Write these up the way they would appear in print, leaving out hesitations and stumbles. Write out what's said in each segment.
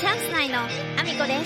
チャンス内のアミコです。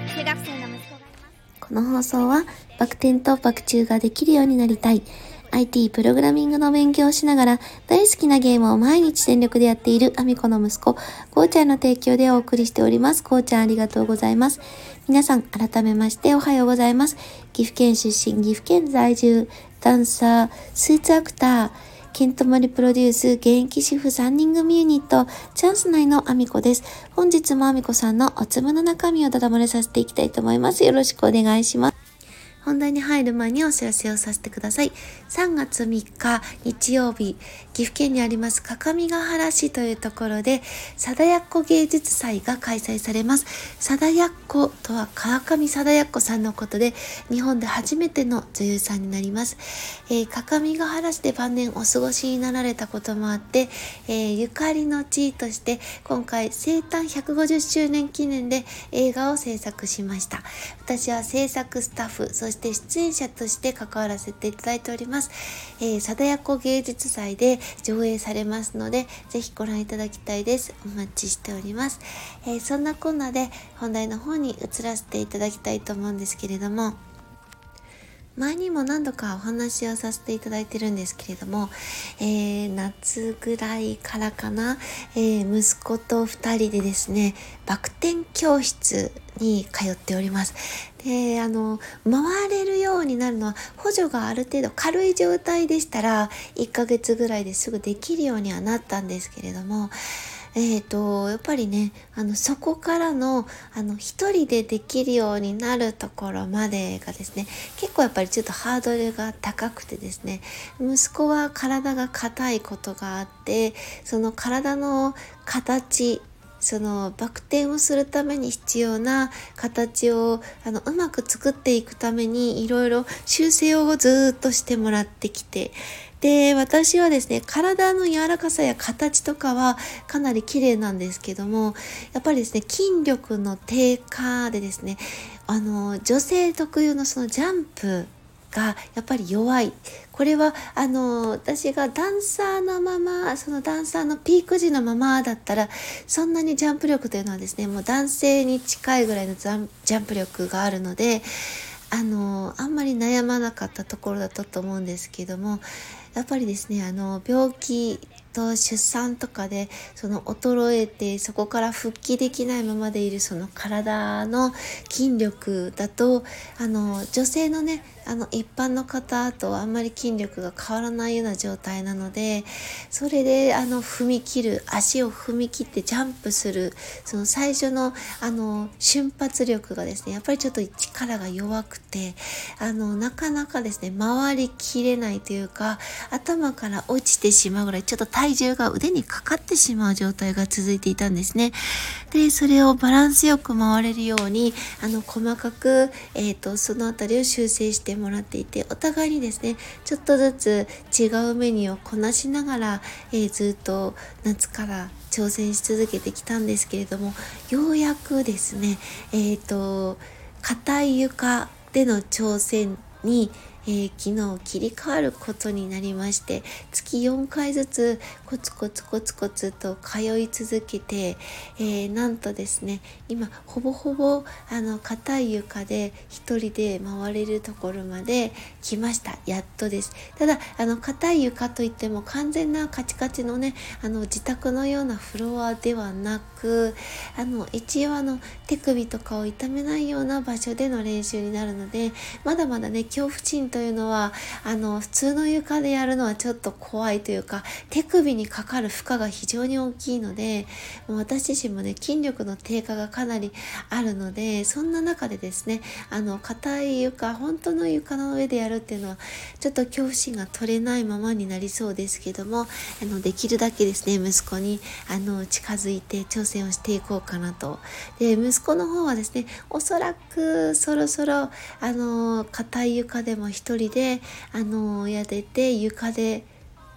中学生の息子がいます。 この放送はバク転とバク宙ができるようになりたい IT プログラミングの勉強をしながら大好きなゲームを毎日全力でやっているアミコの息子こうちゃんの提供でお送りしております。こうちゃんありがとうございます。皆さん改めましておはようございます。岐阜県出身、岐阜県在住、ダンサー、スーツアクター、ケントマリプロデュース現役主婦3人組ユニットチャンス内のアミコです。本日もアミコさんのおつむの中身をだだ漏れさせていきたいと思います。よろしくお願いします。本題に入る前にお知らせをさせてください。3月3日日曜日、岐阜県にあります各務原市というところで貞奴芸術祭が開催されます。貞奴とは川上貞奴さんのことで、日本で初めての女優さんになります。各務原市で晩年お過ごしになられたこともあって、ゆかりの地として今回生誕150周年記念で映画を制作しました。私は制作スタッフ、そして出演者として関わらせていただいております。貞奴芸術祭で上映されますので、ぜひご覧いただきたいです。お待ちしております。そんなこんなで本題の方に移らせていただきたいと思うんですけれども、前にも何度かお話をさせていただいてるんですけれども、夏ぐらいからかな、息子と2人でですね、バク転教室に通っております。で、回れるようになるのは補助がある程度軽い状態でしたら1ヶ月ぐらいですぐできるようにはなったんですけれども、やっぱりね、そこからの、一人でできるようになるところまでがですね、結構やっぱりちょっとハードルが高くてですね、息子は体が硬いことがあって、その体の形、そのバク転をするために必要な形をうまく作っていくためにいろいろ修正をずっとしてもらってきて、で、私はですね、体の柔らかさや形とかはかなり綺麗なんですけども、やっぱりですね、筋力の低下でですね、女性特有のそのジャンプがやっぱり弱い。これは私がダンサーのまま、そのダンサーのピーク時のままだったら、そんなにジャンプ力というのはですね、もう男性に近いぐらいのジャンプ力があるので、あんまり悩まなかったところだったと思うんですけども、やっぱりですね、病気と出産とかでその衰えて、そこから復帰できないままでいるその体の筋力だと、女性のね、一般の方とあんまり筋力が変わらないような状態なので、それで踏み切る、足を踏み切ってジャンプする、その最初の瞬発力がですね、やっぱりちょっと力が弱くて、なかなかですね、回りきれないというか、頭から落ちてしまうぐらいちょっと体重が腕にかかってしまう状態が続いていたんですね。で、それをバランスよく回れるように細かく、そのあたりを修正してもらっていて、お互いにですね、ちょっとずつ違うメニューをこなしながら、ずっと夏から挑戦し続けてきたんですけれども、ようやくですね、硬い床での挑戦に、昨日切り替わることになりまして、月4回ずつコツコツと通い続けて、なんとですね、今ほぼほぼ硬い床で一人で回れるところまで来ました。やっとです。ただ硬い床といっても完全なカチカチのね、自宅のようなフロアではなく、一応手首とかを痛めないような場所での練習になるので、まだまだね、恐怖心というのは普通の床でやるのはちょっと怖いというか、手首にかかる負荷が非常に大きいので、もう私自身もね、筋力の低下がかなりあるので、そんな中でですね、硬い床、本当の床の上でやるっていうのはちょっと恐怖心が取れないままになりそうですけども、できるだけですね、息子に近づいて挑戦をしていこうかなと。で、息子の方はですね、おそらくそろそろ硬い床でも一人でやれて、床で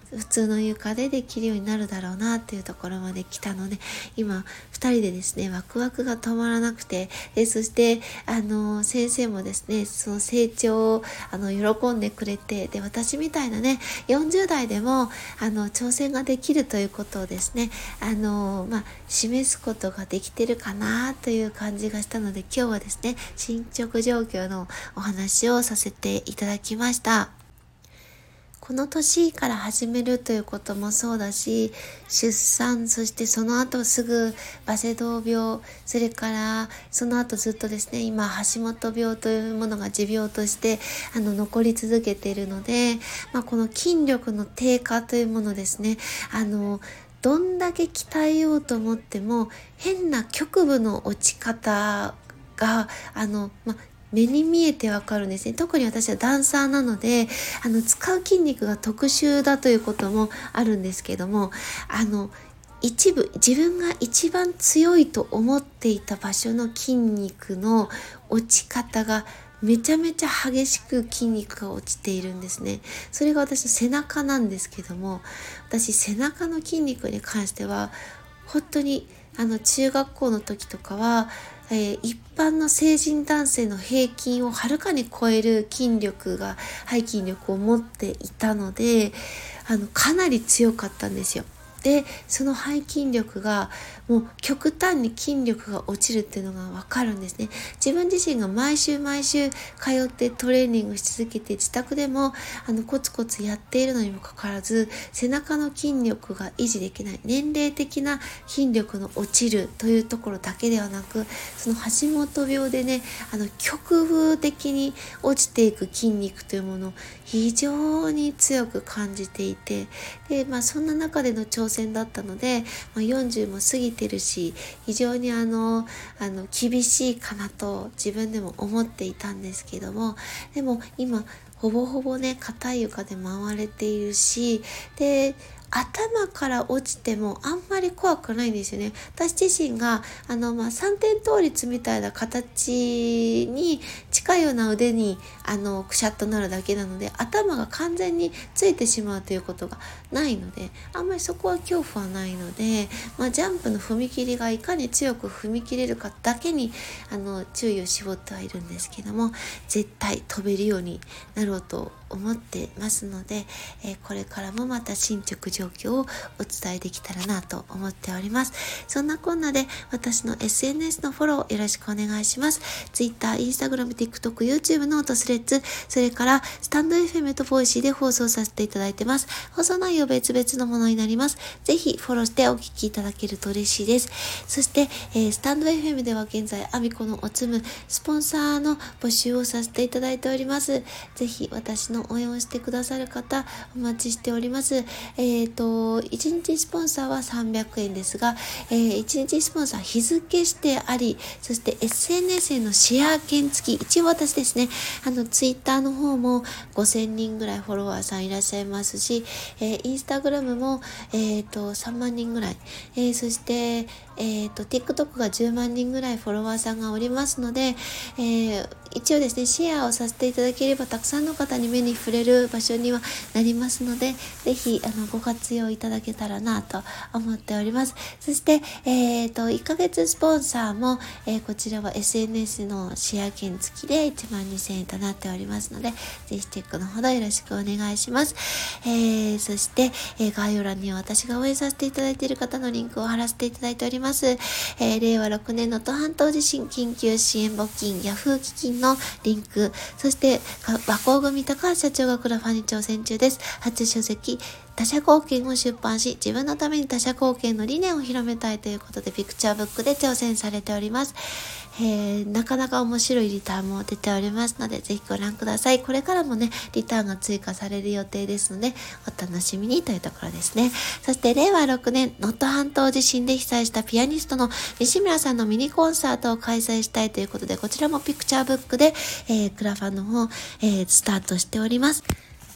普通の床でできるようになるだろうなっていうところまで来たので、今2人でですねワクワクが止まらなくて、そして先生もですねその成長を喜んでくれて、で私みたいなね40代でも挑戦ができるということをですね示すことができてるかなという感じがしたので、今日はですね進捗状況のお話をさせていただきました。この年から始めるということもそうだし、出産、そしてその後すぐバセドウ病、それからその後ずっとですね今橋本病というものが持病として残り続けているので、この筋力の低下というものですね、どんだけ鍛えようと思っても変な局部の落ち方が目に見えてわかるんですね。特に私はダンサーなので使う筋肉が特殊だということもあるんですけども、一部自分が一番強いと思っていた場所の筋肉の落ち方がめちゃめちゃ激しく筋肉が落ちているんですね。それが私の背中なんですけども、私背中の筋肉に関しては本当に中学校の時とかは、一般の成人男性の平均をはるかに超える筋力が背筋力を持っていたのでかなり強かったんですよ。でその背筋力がもう極端に筋力が落ちるっていうのが分かるんですね。自分自身が毎週通ってトレーニングし続けて自宅でもコツコツやっているのにもかかわらず背中の筋力が維持できない、年齢的な筋力の落ちるというところだけではなく、その橋本病でね局部的に落ちていく筋肉というものを非常に強く感じていて、でそんな中での挑戦だったので、40も過ぎてるし非常に厳しいかなと自分でも思っていたんですけども、でも今ほぼほぼね硬い床で回れているし、で頭から落ちてもあんまり怖くないんですよね。私自身が三点倒立みたいな形に近いような腕にくしゃっとなるだけなので、頭が完全についてしまうということがないので、あんまりそこは恐怖はないので、ジャンプの踏み切りがいかに強く踏み切れるかだけに注意を絞ってはいるんですけども、絶対飛べるようになろうと思ってますので、これからもまた進捗状況をお伝えできたらなと思っております。そんなこんなで私の SNS のフォローよろしくお願いします。Twitter、Instagram、TikTok、YouTube、ノート、スレッズ、それからスタンド FM とボイシーで放送させていただいてます。放送内容別々のものになります。ぜひフォローしてお聞きいただけると嬉しいです。そして、スタンド FM では現在アミコのおつむスポンサーの募集をさせていただいております。ぜひ私の応援をしてくださる方お待ちしております。1日スポンサーは300円ですが、1日スポンサー日付指定あり、そして SNS へのシェア券付き、一応私ですねツイッターの方も5000人ぐらいフォロワーさんいらっしゃいますし、インスタグラムも、3万人ぐらい、そして、TikTok が10万人ぐらいフォロワーさんがおりますので、一応ですねシェアをさせていただければたくさんの方に目に触れる場所にはなりますので、ぜひご活用いただけたらなと思っております。そして、1ヶ月スポンサーも、こちらは SNS のシェア券付きで12,000円となっておりますので、ぜひチェックのほどよろしくお願いします。そして、概要欄には私が応援させていただいている方のリンクを貼らせていただいております。令和6年能登半島地震緊急支援募金ヤフー基金のリンク、そして和光組高橋社長がクラファンに挑戦中です。初書籍他者貢献を出版し、自分のために他者貢献の理念を広めたいということでピクチャーブックで挑戦されております。なかなか面白いリターンも出ておりますので、ぜひご覧ください。これからもねリターンが追加される予定ですのでお楽しみにというところですね。そして令和6年能登半島地震で被災したピアニストの西村さんのミニコンサートを開催したいということで、こちらもピクチャーブックで、クラファンの方、スタートしております。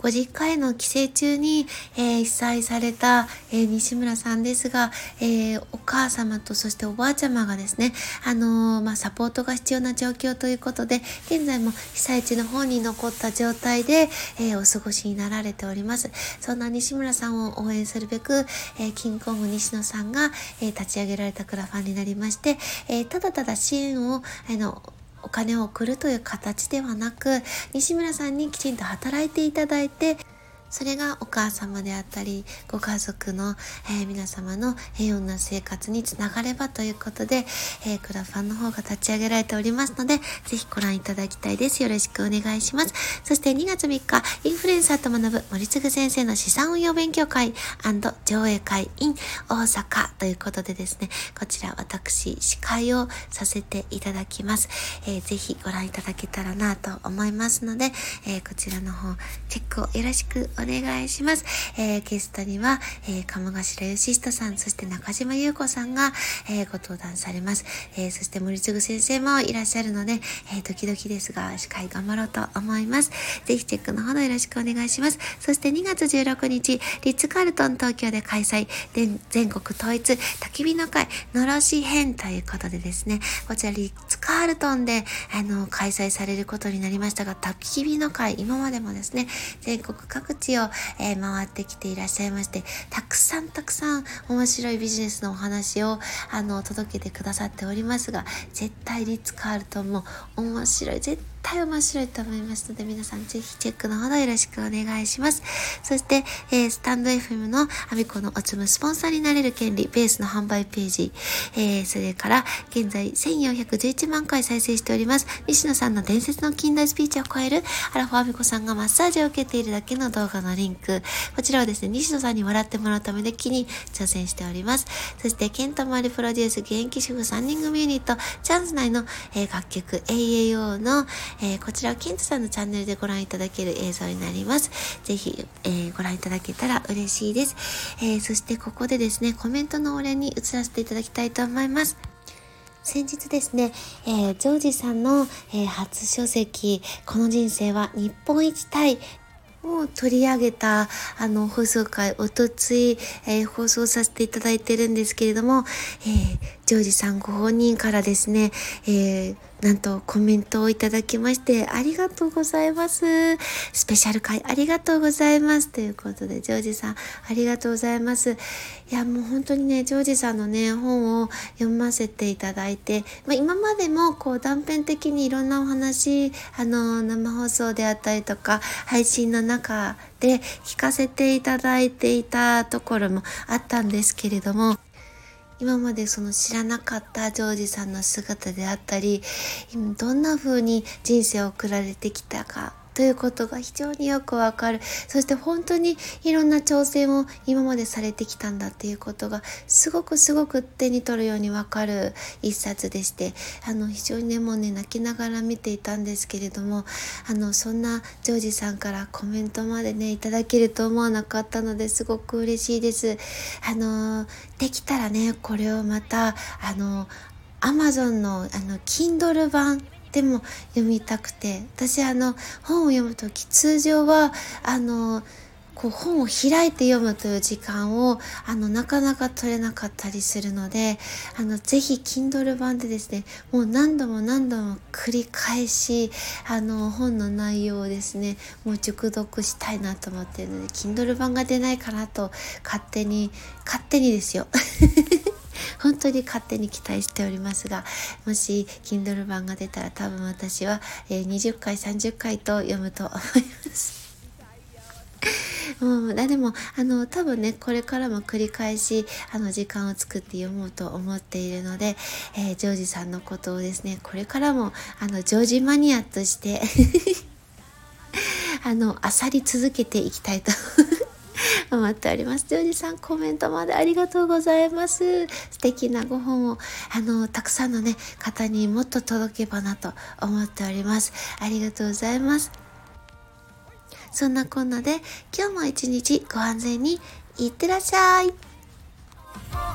ご実家への帰省中に、被災された、西村さんですが、お母様とそしておばあちゃまがですね、サポートが必要な状況ということで、現在も被災地の方に残った状態で、お過ごしになられております。そんな西村さんを応援するべく、キングコング西野さんが、立ち上げられたクラファンになりまして、ただただ支援をお金を送るという形ではなく、西村さんにきちんと働いていただいて、それがお母様であったりご家族の、皆様の平穏な生活につながればということで、クラファンの方が立ち上げられておりますので、ぜひご覧いただきたいです。よろしくお願いします。そして2月3日、インフルエンサーと学ぶ森次先生の資産運用勉強会&上映会 in 大阪ということでですね、こちら私司会をさせていただきます。ぜひご覧いただけたらなと思いますので、こちらの方チェックをよろしくお願いします。ゲストには、鴨頭義人さん、そして中島優子さんが、ご登壇されます。そして森次先生もいらっしゃるので、ドキドキですが司会頑張ろうと思います。ぜひチェックのほどよろしくお願いします。そして2月16日、リッツカールトン東京で開催、全国統一焚き火の会のろし編ということでですね、こちらリッツカールトンで開催されることになりましたが、焚き火の会、今までもですね、全国各地を、回ってきていらっしゃいまして、たくさん面白いビジネスのお話を届けてくださっておりますが、絶対リッツカールトンも面白い、絶対面白いと思いますので、皆さんぜひチェックのほどよろしくお願いします。そして、スタンド FM のアミコのおつむスポンサーになれる権利ベースの販売ページ、それから現在1411万回再生しております西野さんの伝説の近代スピーチを超えるアラフォーアミコさんがマッサージを受けているだけの動画のリンク、こちらはですね、西野さんに笑ってもらうためで気に挑戦しております。そしてケントマリプロデュース現役主婦3人組ユニットチャンス内の、楽曲 AAO のこちらはケントさんのチャンネルでご覧いただける映像になります。ぜひ、ご覧いただけたら嬉しいです。そしてここでですね、コメントのお礼に移らせていただきたいと思います。先日ですね、ジョージさんの、初書籍、この人生は日本一タイを取り上げた放送回、おとつい、放送させていただいてるんですけれども、ジョージさんご本人からですね、なんとコメントをいただきまして、ありがとうございます。スペシャル回ありがとうございます。ということで、ジョージさんありがとうございます。いや、もう本当にね、ジョージさんのね、本を読ませていただいて、今までもこう断片的にいろんなお話、生放送であったりとか、配信の中で聞かせていただいていたところもあったんですけれども、今までその知らなかったジョージさんの姿であったり、どんな風に人生を送られてきたかということが非常によくわかる。そして本当にいろんな挑戦を今までされてきたんだっていうことがすごく手に取るようにわかる一冊でして、非常にね、もうね、泣きながら見ていたんですけれども、そんなジョージさんからコメントまでね、いただけると思わなかったのですごく嬉しいです。できたらね、これをまたAmazon のKindle 版でも読みたくて、私本を読むとき通常は本を開いて読むという時間をなかなか取れなかったりするので、ぜひ Kindle 版でですね、もう何度も繰り返し本の内容をですね、もう熟読したいなと思っているので、Kindle 版が出ないかなと勝手にですよ本当に勝手に期待しておりますが、もし Kindle 版が出たら多分私は20回30回と読むと思いますでも多分ね、これからも繰り返し時間を作って読もうと思っているので、ジョージさんのことをですね、これからもジョージマニアとして漁り続けていきたいと思っております。ジョージさん、コメントまでありがとうございます。素敵なご本をたくさんのね、方にもっと届けばなと思っております。ありがとうございます。そんなこんなで今日も一日ご安全にいってらっしゃい。